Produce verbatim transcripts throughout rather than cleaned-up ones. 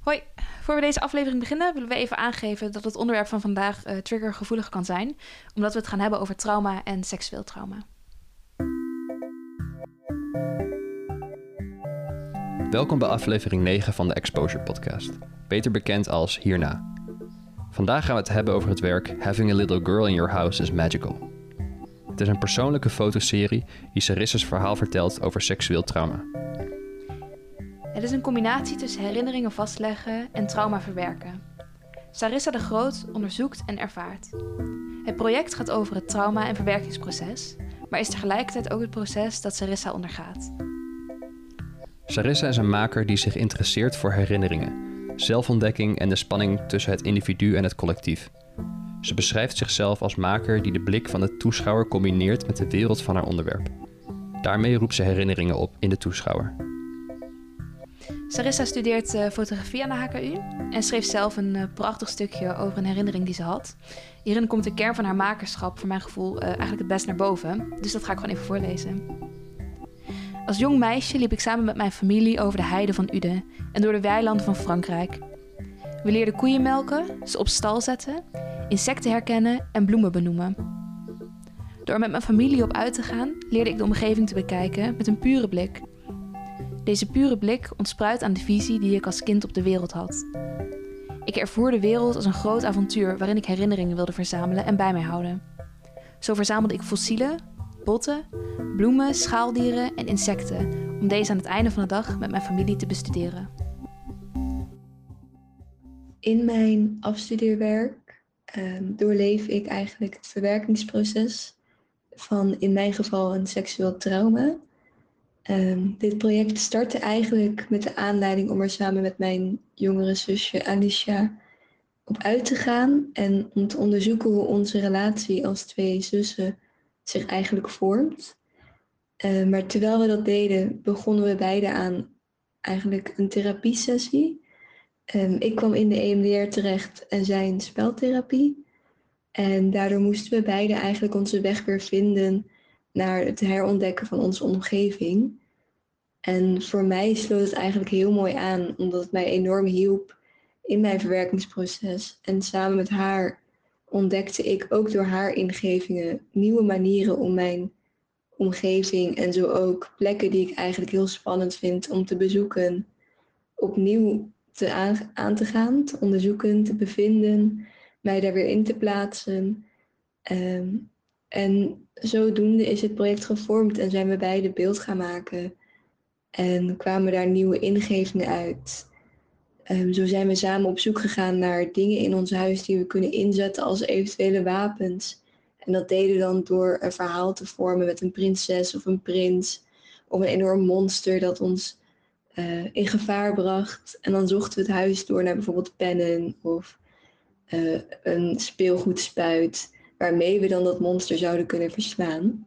Hoi, voor we deze aflevering beginnen willen we even aangeven dat het onderwerp van vandaag uh, triggergevoelig kan zijn, omdat we het gaan hebben over trauma en seksueel trauma. Welkom bij aflevering negen van de Exposure Podcast, beter bekend als Hierna. Vandaag gaan we het hebben over het werk Having a Little Girl in Your House is Magical. Het is een persoonlijke fotoserie die Sarissa's verhaal vertelt over seksueel trauma. Het is een combinatie tussen herinneringen vastleggen en trauma verwerken. Sarissa de Groot onderzoekt en ervaart. Het project gaat over het trauma- en verwerkingsproces, maar is tegelijkertijd ook het proces dat Sarissa ondergaat. Sarissa is een maker die zich interesseert voor herinneringen, zelfontdekking en de spanning tussen het individu en het collectief. Ze beschrijft zichzelf als maker die de blik van de toeschouwer combineert met de wereld van haar onderwerp. Daarmee roept ze herinneringen op in de toeschouwer. Sarissa studeert uh, fotografie aan de H K U en schreef zelf een uh, prachtig stukje over een herinnering die ze had. Hierin komt de kern van haar makerschap voor mijn gevoel uh, eigenlijk het best naar boven, dus dat ga ik gewoon even voorlezen. Als jong meisje liep ik samen met mijn familie over de heide van Uden en door de weilanden van Frankrijk. We leerden koeien melken, ze op stal zetten, insecten herkennen en bloemen benoemen. Door er met mijn familie op uit te gaan, leerde ik de omgeving te bekijken met een pure blik. Deze pure blik ontspruit aan de visie die ik als kind op de wereld had. Ik ervoer de wereld als een groot avontuur waarin ik herinneringen wilde verzamelen en bij mij houden. Zo verzamelde ik fossielen, botten, bloemen, schaaldieren en insecten om deze aan het einde van de dag met mijn familie te bestuderen. In mijn afstudeerwerk um, doorleef ik eigenlijk het verwerkingsproces van in mijn geval een seksueel trauma. Um, dit project startte eigenlijk met de aanleiding om er samen met mijn jongere zusje Alicia op uit te gaan en om te onderzoeken hoe onze relatie als twee zussen zich eigenlijk vormt. Uh, maar terwijl we dat deden, begonnen we beide aan eigenlijk een therapiesessie. Um, ik kwam in de E M D R terecht en zij in speltherapie. En daardoor moesten we beide eigenlijk onze weg weer vinden naar het herontdekken van onze omgeving. En voor mij sloot het eigenlijk heel mooi aan, omdat het mij enorm hielp in mijn verwerkingsproces. En samen met haar ontdekte ik ook door haar ingevingen nieuwe manieren om mijn omgeving en zo ook plekken die ik eigenlijk heel spannend vind om te bezoeken, opnieuw te aan, aan te gaan, te onderzoeken, te bevinden, mij daar weer in te plaatsen. Um, en zodoende is het project gevormd en zijn we beide beeld gaan maken. En kwamen daar nieuwe ingevingen uit. Um, zo zijn we samen op zoek gegaan naar dingen in ons huis die we kunnen inzetten als eventuele wapens. En dat deden we dan door een verhaal te vormen met een prinses of een prins. Of een enorm monster dat ons uh, in gevaar bracht. En dan zochten we het huis door naar bijvoorbeeld pennen of uh, een speelgoedspuit, waarmee we dan dat monster zouden kunnen verslaan.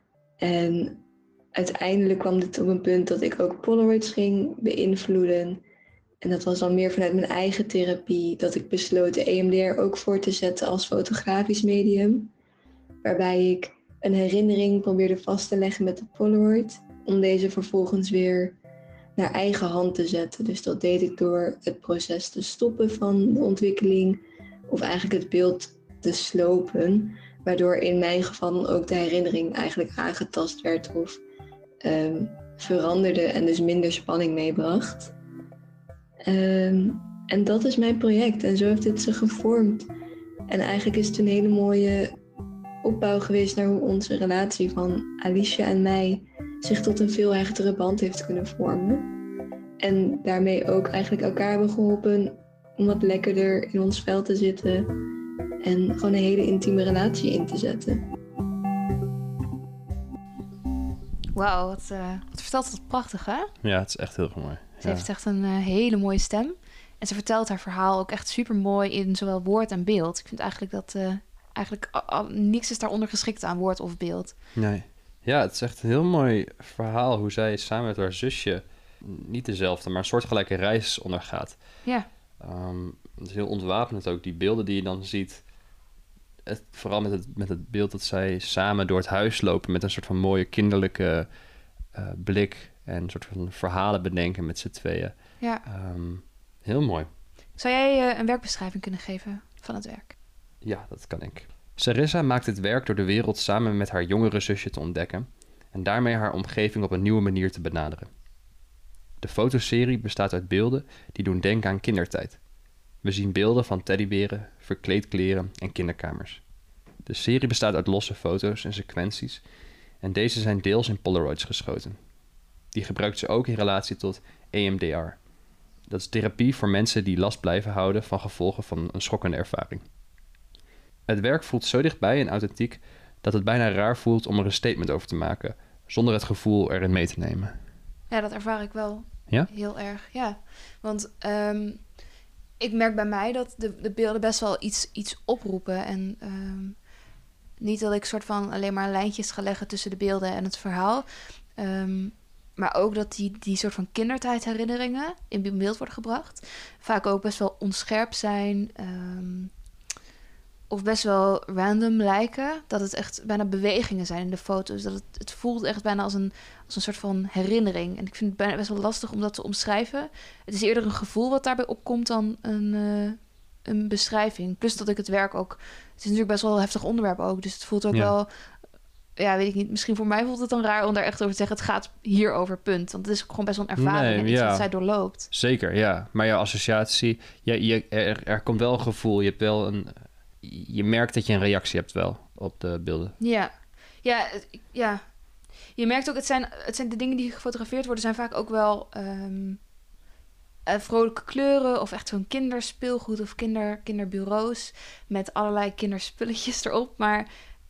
En uiteindelijk kwam dit op een punt dat ik ook Polaroids ging beïnvloeden. En dat was dan meer vanuit mijn eigen therapie, dat ik besloot de E M D R ook voor te zetten als fotografisch medium. Waarbij ik een herinnering probeerde vast te leggen met de Polaroid, om deze vervolgens weer naar eigen hand te zetten. Dus dat deed ik door het proces te stoppen van de ontwikkeling, of eigenlijk het beeld te slopen, waardoor in mijn geval dan ook de herinnering eigenlijk aangetast werd of um, veranderde en dus minder spanning meebracht. Um, en dat is mijn project en zo heeft het zich gevormd. En eigenlijk is het een hele mooie opbouw geweest naar hoe onze relatie van Alicia en mij zich tot een veel hechtere band heeft kunnen vormen. En daarmee ook eigenlijk elkaar hebben geholpen om wat lekkerder in ons vel te zitten en gewoon een hele intieme relatie in te zetten. Wauw, wat, uh, wat vertelt het prachtig, hè? Ja, het is echt heel mooi. Ze ja. heeft echt een uh, hele mooie stem. En ze vertelt haar verhaal ook echt super mooi in zowel woord en beeld. Ik vind eigenlijk dat uh, eigenlijk uh, uh, niks is daaronder geschikt aan woord of beeld. Nee. Ja, het is echt een heel mooi verhaal hoe zij samen met haar zusje niet dezelfde, maar een soortgelijke reis ondergaat. Ja. Um, het is heel ontwapenend ook, die beelden die je dan ziet. Het, vooral met het, met het beeld dat zij samen door het huis lopen met een soort van mooie kinderlijke uh, blik en een soort van verhalen bedenken met z'n tweeën. Ja. Um, Heel mooi. Zou jij uh, een werkbeschrijving kunnen geven van het werk? Ja, dat kan ik. Sarissa maakt het werk door de wereld samen met haar jongere zusje te ontdekken en daarmee haar omgeving op een nieuwe manier te benaderen. De fotoserie bestaat uit beelden die doen denken aan kindertijd. We zien beelden van teddyberen, verkleedkleren en kinderkamers. De serie bestaat uit losse foto's en sequenties en deze zijn deels in Polaroids geschoten. Die gebruikt ze ook in relatie tot E M D R. Dat is therapie voor mensen die last blijven houden van gevolgen van een schokkende ervaring. Het werk voelt zo dichtbij en authentiek dat het bijna raar voelt om er een statement over te maken, zonder het gevoel erin mee te nemen. Ja, dat ervaar ik wel Ja? heel erg, ja. Want um, ik merk bij mij dat de, de beelden best wel iets, iets oproepen. En um, niet dat ik soort van alleen maar lijntjes ga leggen tussen de beelden en het verhaal. Um, maar ook dat die, die soort van kindertijdherinneringen in beeld worden gebracht. Vaak ook best wel onscherp zijn. Um, of best wel random lijken. Dat het echt bijna bewegingen zijn in de foto's. Dat het, het voelt echt bijna als een, als een soort van herinnering. En ik vind het bijna best wel lastig om dat te omschrijven. Het is eerder een gevoel wat daarbij opkomt dan een, uh, een beschrijving. Plus dat ik het werk ook... Het is natuurlijk best wel een heftig onderwerp ook. Dus het voelt ook ja. wel... Ja, weet ik niet. Misschien voor mij voelt het dan raar om daar echt over te zeggen... het gaat hierover, punt. Want het is gewoon best wel een ervaring nee, en iets ja. wat zij doorloopt. Zeker, ja. Maar jouw associatie... Ja, je, er, er komt wel een gevoel. Je hebt wel een... Je merkt dat je een reactie hebt wel op de beelden. Ja, ja, ja. Je merkt ook, het zijn, het zijn de dingen die gefotografeerd worden... zijn vaak ook wel um, uh, vrolijke kleuren... of echt zo'n kinderspeelgoed of kinder, kinderbureaus... met allerlei kinderspulletjes erop. Maar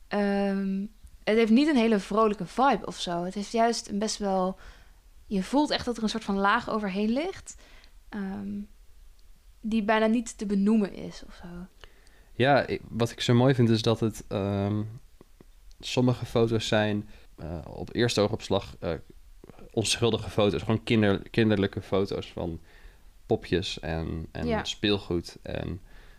um, het heeft niet een hele vrolijke vibe of zo. Het heeft juist een best wel... Je voelt echt dat er een soort van laag overheen ligt... Um, die bijna niet te benoemen is of zo. Ja, wat ik zo mooi vind is dat het... Um, sommige foto's zijn uh, op eerste oogopslag uh, onschuldige foto's. Gewoon kinder, kinderlijke foto's van popjes en, en ja. speelgoed. En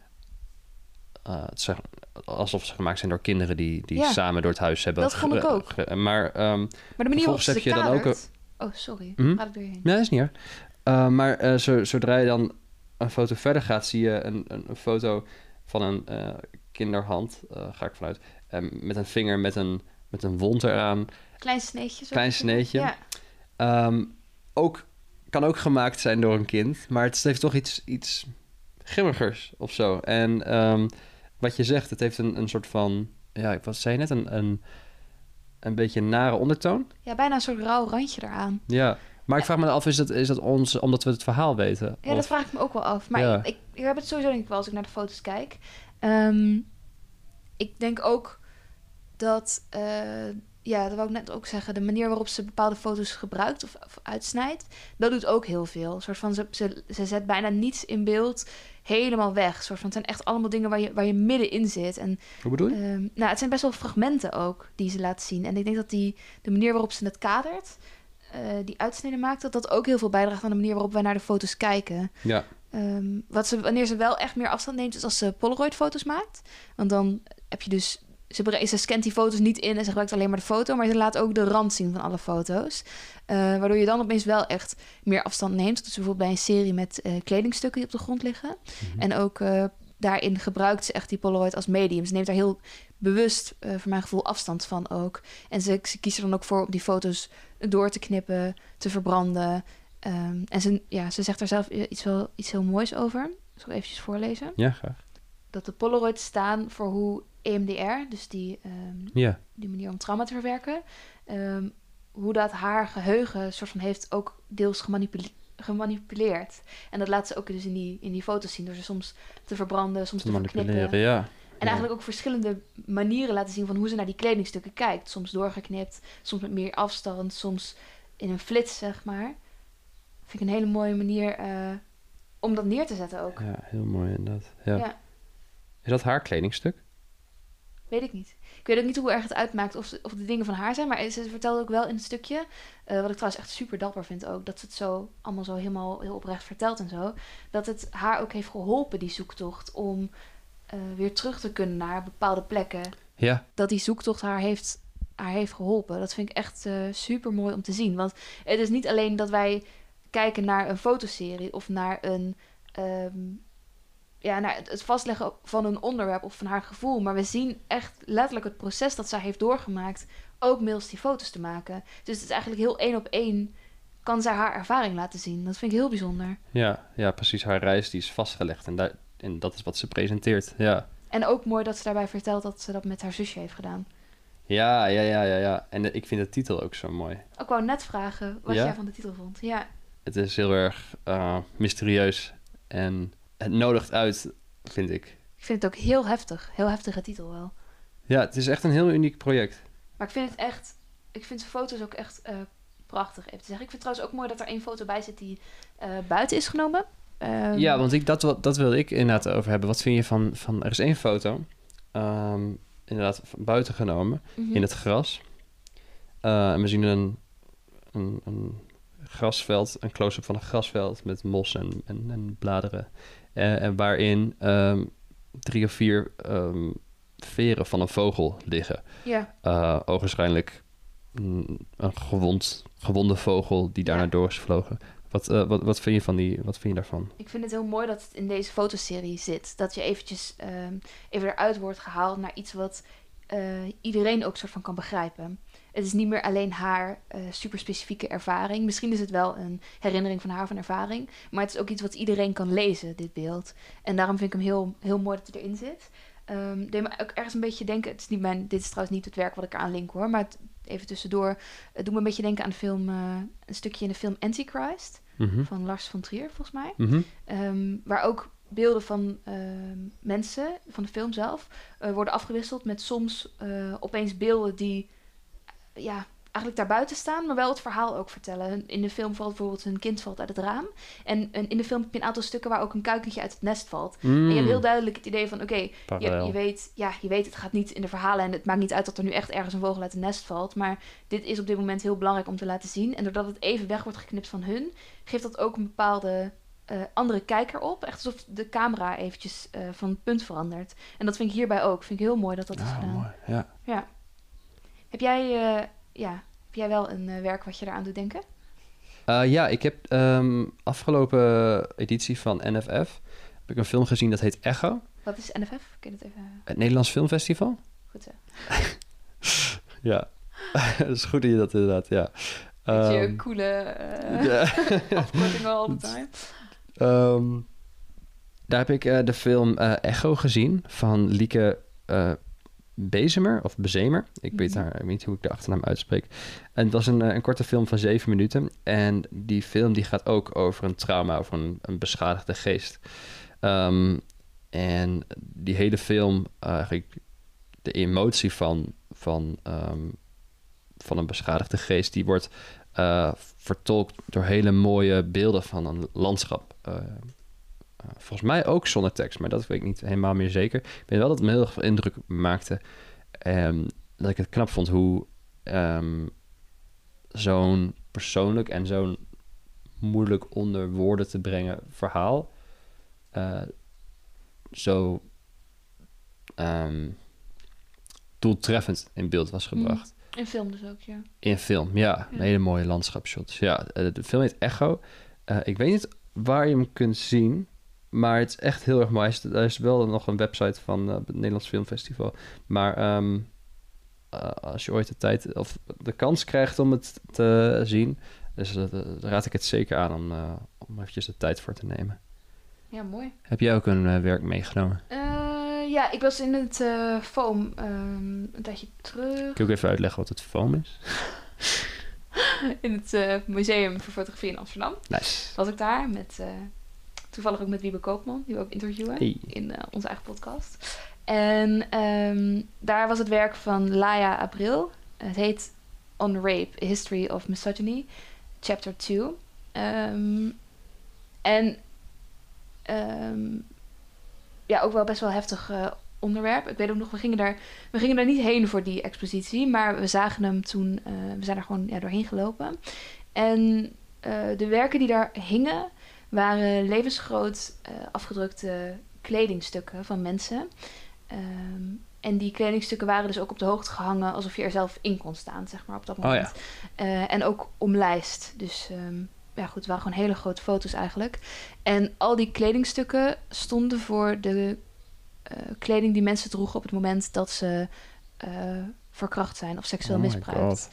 uh, het zijn alsof ze gemaakt zijn door kinderen die, die ja. samen door het huis hebben. Dat vond ik ook. Ge, maar, um, maar de manier waarop ze je kadert... dan ook een... Oh, sorry. Mm-hmm. Gaat het weer heen? Nee, dat is niet erg. Uh, maar uh, zo, zodra je dan een foto verder gaat, zie je een, een, een foto... van een uh, kinderhand, uh, ga ik vanuit, um, met een vinger met een, met een wond eraan. Klein sneetje. Klein sneetje. Ja. Um, ook, kan ook gemaakt zijn door een kind, maar het heeft toch iets, iets grimmigers of zo. En um, wat je zegt, het heeft een, een soort van, ja, wat zei je net, een, een, een beetje nare ondertoon. Ja, bijna een soort rauw randje eraan. Ja. Maar ik vraag me af, is dat, is dat ons, omdat we het verhaal weten? Ja, of... dat vraag ik me ook wel af. Maar ja. ik, ik, ik heb het sowieso denk ik wel als ik naar de foto's kijk. Um, ik denk ook dat, uh, ja, dat wou ik net ook zeggen... de manier waarop ze bepaalde foto's gebruikt of, of uitsnijdt... dat doet ook heel veel. Een soort van, ze, ze, ze zet bijna niets in beeld helemaal weg. Een soort van, het zijn echt allemaal dingen waar je, waar je middenin zit. En, Hoe bedoel je? Um, nou, het zijn best wel fragmenten ook die ze laat zien. En ik denk dat die, de manier waarop ze het kadert... Uh, die uitsneden maakt, dat dat ook heel veel bijdraagt aan de manier waarop wij naar de foto's kijken. Ja. Um, wat ze, wanneer ze wel echt meer afstand neemt, is als ze Polaroid-foto's maakt. Want dan heb je dus... Ze, ze scant die foto's niet in en ze gebruikt alleen maar de foto, maar ze laat ook de rand zien van alle foto's. Uh, waardoor je dan opeens wel echt meer afstand neemt. Dus bijvoorbeeld bij een serie met uh, kledingstukken die op de grond liggen. Mm-hmm. En ook uh, daarin gebruikt ze echt die Polaroid als medium. Ze neemt daar heel bewust, uh, voor mijn gevoel, afstand van ook. En ze, ze kiest er dan ook voor om die foto's door te knippen, te verbranden. Um, en ze, ja, ze zegt er zelf iets, wel, iets heel moois over. Zal ik eventjes voorlezen? Ja, graag. Dat de Polaroids staan voor hoe E M D R, dus die, um, ja. die manier om trauma te verwerken, um, hoe dat haar geheugen soort van heeft ook deels gemanipule- gemanipuleerd. En dat laat ze ook dus in die, in die foto's zien, door ze soms te verbranden, soms te, te verknippen. Ja. En eigenlijk ook verschillende manieren laten zien van hoe ze naar die kledingstukken kijkt. Soms doorgeknipt, soms met meer afstand, soms in een flits, zeg maar. Vind ik een hele mooie manier uh, om dat neer te zetten ook. Ja, heel mooi inderdaad. Ja. Ja. Is dat haar kledingstuk? Weet ik niet. Ik weet ook niet hoe erg het uitmaakt of, of de dingen van haar zijn. Maar ze vertelde ook wel in het stukje, uh, wat ik trouwens echt super dapper vind ook, dat ze het zo allemaal zo helemaal heel oprecht vertelt en zo. Dat het haar ook heeft geholpen, die zoektocht, om uh, weer terug te kunnen naar bepaalde plekken. Ja. Dat die zoektocht haar heeft, haar heeft geholpen. Dat vind ik echt uh, super mooi om te zien. Want het is niet alleen dat wij kijken naar een fotoserie of naar een Um, ja, nou, het, het vastleggen van een onderwerp of van haar gevoel. Maar we zien echt letterlijk het proces dat zij heeft doorgemaakt. Ook middels die foto's te maken. Dus het is eigenlijk heel één op één. Kan zij haar ervaring laten zien. Dat vind ik heel bijzonder. Ja, ja precies. Haar reis die is vastgelegd. En, daar, en dat is wat ze presenteert. Ja. En ook mooi dat ze daarbij vertelt dat ze dat met haar zusje heeft gedaan. Ja, ja, ja, ja, ja. En de, ik vind de titel ook zo mooi. Ik wou net vragen wat ja? jij van de titel vond. Ja. Het is heel erg uh, mysterieus. En het nodigt uit, vind ik. Ik vind het ook heel heftig. Heel heftige titel wel. Ja, het is echt een heel uniek project. Maar ik vind het echt... Ik vind de foto's ook echt uh, prachtig, even te zeggen. Ik vind trouwens ook mooi dat er één foto bij zit die uh, buiten is genomen. Um, ja, want ik, dat, dat wilde ik inderdaad over hebben. Wat vind je van... van er is één foto... Um, inderdaad van buiten genomen. Mm-hmm. In het gras. Uh, en we zien een, een, een grasveld. Een close-up van een grasveld. Met mos en, en, en bladeren. Uh, en waarin um, drie of vier um, veren van een vogel liggen. Ja. Uh, ogenschijnlijk een, een gewond, gewonde vogel die daarna ja. door is gevlogen. Wat, uh, wat, wat, vind je van die, wat vind je daarvan? Ik vind het heel mooi dat het in deze fotoserie zit. Dat je eventjes um, even eruit wordt gehaald naar iets wat uh, iedereen ook soort van kan begrijpen. Het is niet meer alleen haar uh, super specifieke ervaring. Misschien is het wel een herinnering van haar van ervaring. Maar het is ook iets wat iedereen kan lezen, dit beeld. En daarom vind ik hem heel, heel mooi dat hij erin zit. Um, deed me ook ergens een beetje denken... Het is niet mijn, dit is trouwens niet het werk wat ik eraan link hoor. Maar het, even tussendoor. Het doet me een beetje denken aan de film... Uh, een stukje in de film Antichrist. Mm-hmm. Van Lars von Trier, volgens mij. Mm-hmm. Um, waar ook beelden van uh, mensen, van de film zelf... Uh, worden afgewisseld met soms uh, opeens beelden die... Uh, ja, eigenlijk daarbuiten staan, maar wel het verhaal ook vertellen. In de film valt bijvoorbeeld een kind valt uit het raam. En, en in de film heb je een aantal stukken waar ook een kuikentje uit het nest valt. Mm. En je hebt heel duidelijk het idee van, oké, okay, je, je, weet, ja, je weet, het gaat niet in de verhalen... en het maakt niet uit dat er nu echt ergens een vogel uit het nest valt. Maar dit is op dit moment heel belangrijk om te laten zien. En doordat het even weg wordt geknipt van hun... geeft dat ook een bepaalde uh, andere kijker op. Echt alsof de camera eventjes uh, van het punt verandert. En dat vind ik hierbij ook. Vind ik heel mooi dat dat oh, is gedaan. Mooi, ja. ja. Heb jij... Uh, ja... Heb jij wel een uh, werk wat je eraan doet denken? Uh, ja, ik heb um, afgelopen editie van N F F... heb ik een film gezien dat heet Echo. Wat is N F F? Kun je dat even... Het Nederlands Filmfestival. Goed zo. ja, dat is goed dat je dat inderdaad, ja. Met um, je coole uh, yeah. afkortingen all the time. Um, daar heb ik uh, de film uh, Echo gezien van Lieke... Uh, Bezemer of Bezemer. Ik mm-hmm. weet, haar, ik weet niet hoe ik de achternaam uitspreek. En het was een, een korte film van zeven minuten. En die film die gaat ook over een trauma, over een, een beschadigde geest. Um, en die hele film, uh, eigenlijk de emotie van, van, um, van een beschadigde geest, die wordt uh, vertolkt door hele mooie beelden van een landschap. Uh, Uh, volgens mij ook zonder tekst, maar dat weet ik niet helemaal meer zeker. Ik weet wel dat het me heel erg veel indruk maakte. Um, dat ik het knap vond hoe um, zo'n persoonlijk en zo'n moeilijk onder woorden te brengen verhaal uh, zo um, doeltreffend in beeld was gebracht. Mm, in film dus ook, ja. In film, ja. ja. Hele mooie landschapsshots. Ja, uh, de film heet Echo. Uh, ik weet niet waar je hem kunt zien... Maar het is echt heel erg mooi. Er is wel nog een website van uh, het Nederlands Filmfestival. Maar um, uh, als je ooit de tijd of de kans krijgt om het te zien... Dus uh, raad ik het zeker aan om, uh, om eventjes de tijd voor te nemen. Ja, mooi. Heb jij ook een uh, werk meegenomen? Uh, ja, ik was in het uh, Foam um, een tijdje terug. Kun je ook even uitleggen wat het Foam is? in het uh, Museum voor Fotografie in Amsterdam. Nice. Was ik daar met... Uh, Toevallig ook met Wiebe Koopman, die we ook interviewen hey. in uh, onze eigen podcast. En um, daar was het werk van Laia Abril. Het heet On Rape, A History of Misogyny, Chapter twee. Um, en um, ja, ook wel best wel heftig uh, onderwerp. Ik weet ook nog, we gingen, daar, we gingen daar niet heen voor die expositie, maar we zagen hem toen, uh, we zijn er gewoon ja, doorheen gelopen. En uh, de werken die daar hingen... waren levensgroot uh, afgedrukte kledingstukken van mensen. Um, en die kledingstukken waren dus ook op de hoogte gehangen... alsof je er zelf in kon staan, zeg maar, op dat moment. Oh ja. uh, en ook omlijst. Dus um, ja goed, het waren gewoon hele grote foto's eigenlijk. En al die kledingstukken stonden voor de uh, kleding die mensen droegen op het moment dat ze uh, verkracht zijn of seksueel Oh my misbruikt.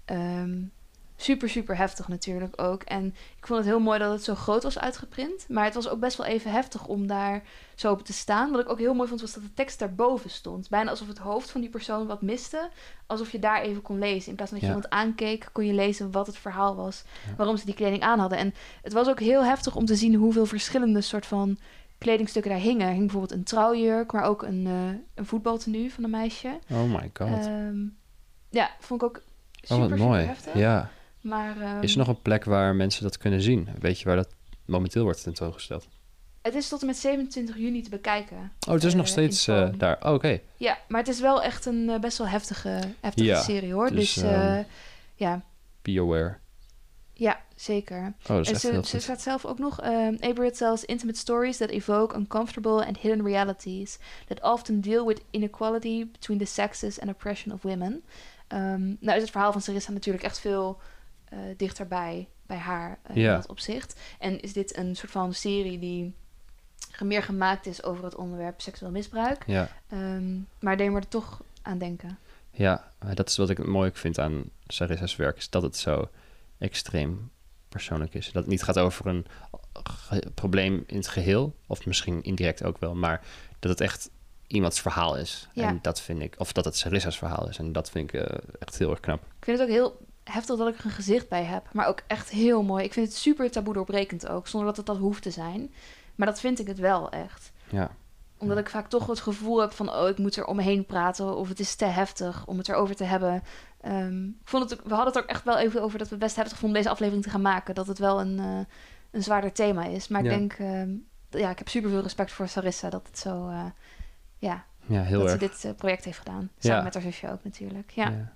Um, super, super heftig natuurlijk ook. En ik vond het heel mooi dat het zo groot was uitgeprint. Maar het was ook best wel even heftig om daar zo op te staan. Wat ik ook heel mooi vond, was dat de tekst daarboven stond. Bijna alsof het hoofd van die persoon wat miste. Alsof je daar even kon lezen. In plaats van dat je Ja. iemand aankeek, kon je lezen wat het verhaal was. Ja. Waarom ze die kleding aan hadden. En het was ook heel heftig om te zien hoeveel verschillende soort van kledingstukken daar hingen. Er hing bijvoorbeeld een trouwjurk, maar ook een, uh, een voetbaltenue van een meisje. Oh my god. Um, ja, vond ik ook super, oh, wat super mooi. heftig. Ja. Maar, um, Is er nog een plek waar mensen dat kunnen zien? Weet je waar dat momenteel wordt tentoongesteld? Het is tot en met zevenentwintig juni te bekijken. Oh, het is uh, nog steeds uh, daar. Oh, oké. Okay. Ja, maar het is wel echt een uh, best wel heftige, heftige ja, serie, hoor. Dus, dus uh, um, ja. Be aware. Ja, zeker. Oh, dat is en echt ze, heel ze goed. staat zelf ook nog... Um, Abraham tells intimate stories that evoke uncomfortable and hidden realities that often deal with inequality between the sexes and oppression of women. Um, nou is het verhaal van Sarissa natuurlijk echt veel uh, dichterbij bij haar uh, ja. in dat opzicht. En is dit een soort van serie die meer gemaakt is over het onderwerp seksueel misbruik. Ja. Um, maar deed me er toch aan denken. Ja, dat is wat ik mooi vind aan Sarissa's werk, is dat het zo extreem persoonlijk is. Dat het niet gaat over een ge- probleem in het geheel, of misschien indirect ook wel, maar dat het echt iemands verhaal is. Ja. En dat vind ik, of dat het Sarissa's verhaal is. En dat vind ik uh, echt heel erg knap. Ik vind het ook heel heftig dat ik er een gezicht bij heb, maar ook echt heel mooi. Ik vind het super taboe doorbrekend ook, zonder dat het dat hoeft te zijn. Maar dat vind ik het wel echt. Ja. Omdat ik vaak toch het gevoel heb van, oh, ik moet er omheen praten, of het is te heftig om het erover te hebben. Um, ik vond het, we hadden het ook echt wel even over dat we het best heftig vonden deze aflevering te gaan maken. Dat het wel een, uh, een zwaarder thema is. Maar ja. ik denk, um, ja, ik heb super veel respect voor Sarissa dat het zo, uh, ja, ja, heel dat erg. ze dit uh, project heeft gedaan. Samen ja. met haar zusje ook natuurlijk. Ja. ja.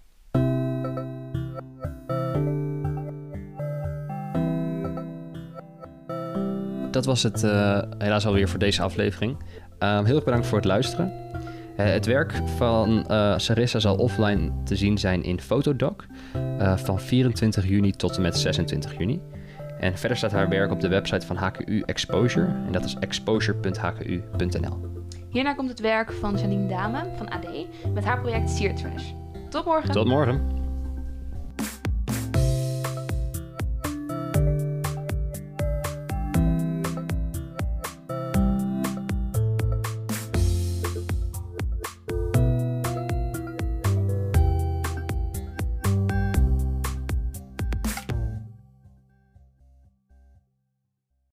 Dat was het uh, helaas alweer voor deze aflevering. Um, heel erg bedankt voor het luisteren. Uh, het werk van uh, Sarissa zal offline te zien zijn in Fotodoc uh, van vierentwintig juni tot en met zesentwintig juni. En verder staat haar werk op de website van H K U Exposure. En dat is exposure punt h k u punt n l. Hierna komt het werk van Janine Dame van A D met haar project Sear Trash. Tot morgen! Tot morgen!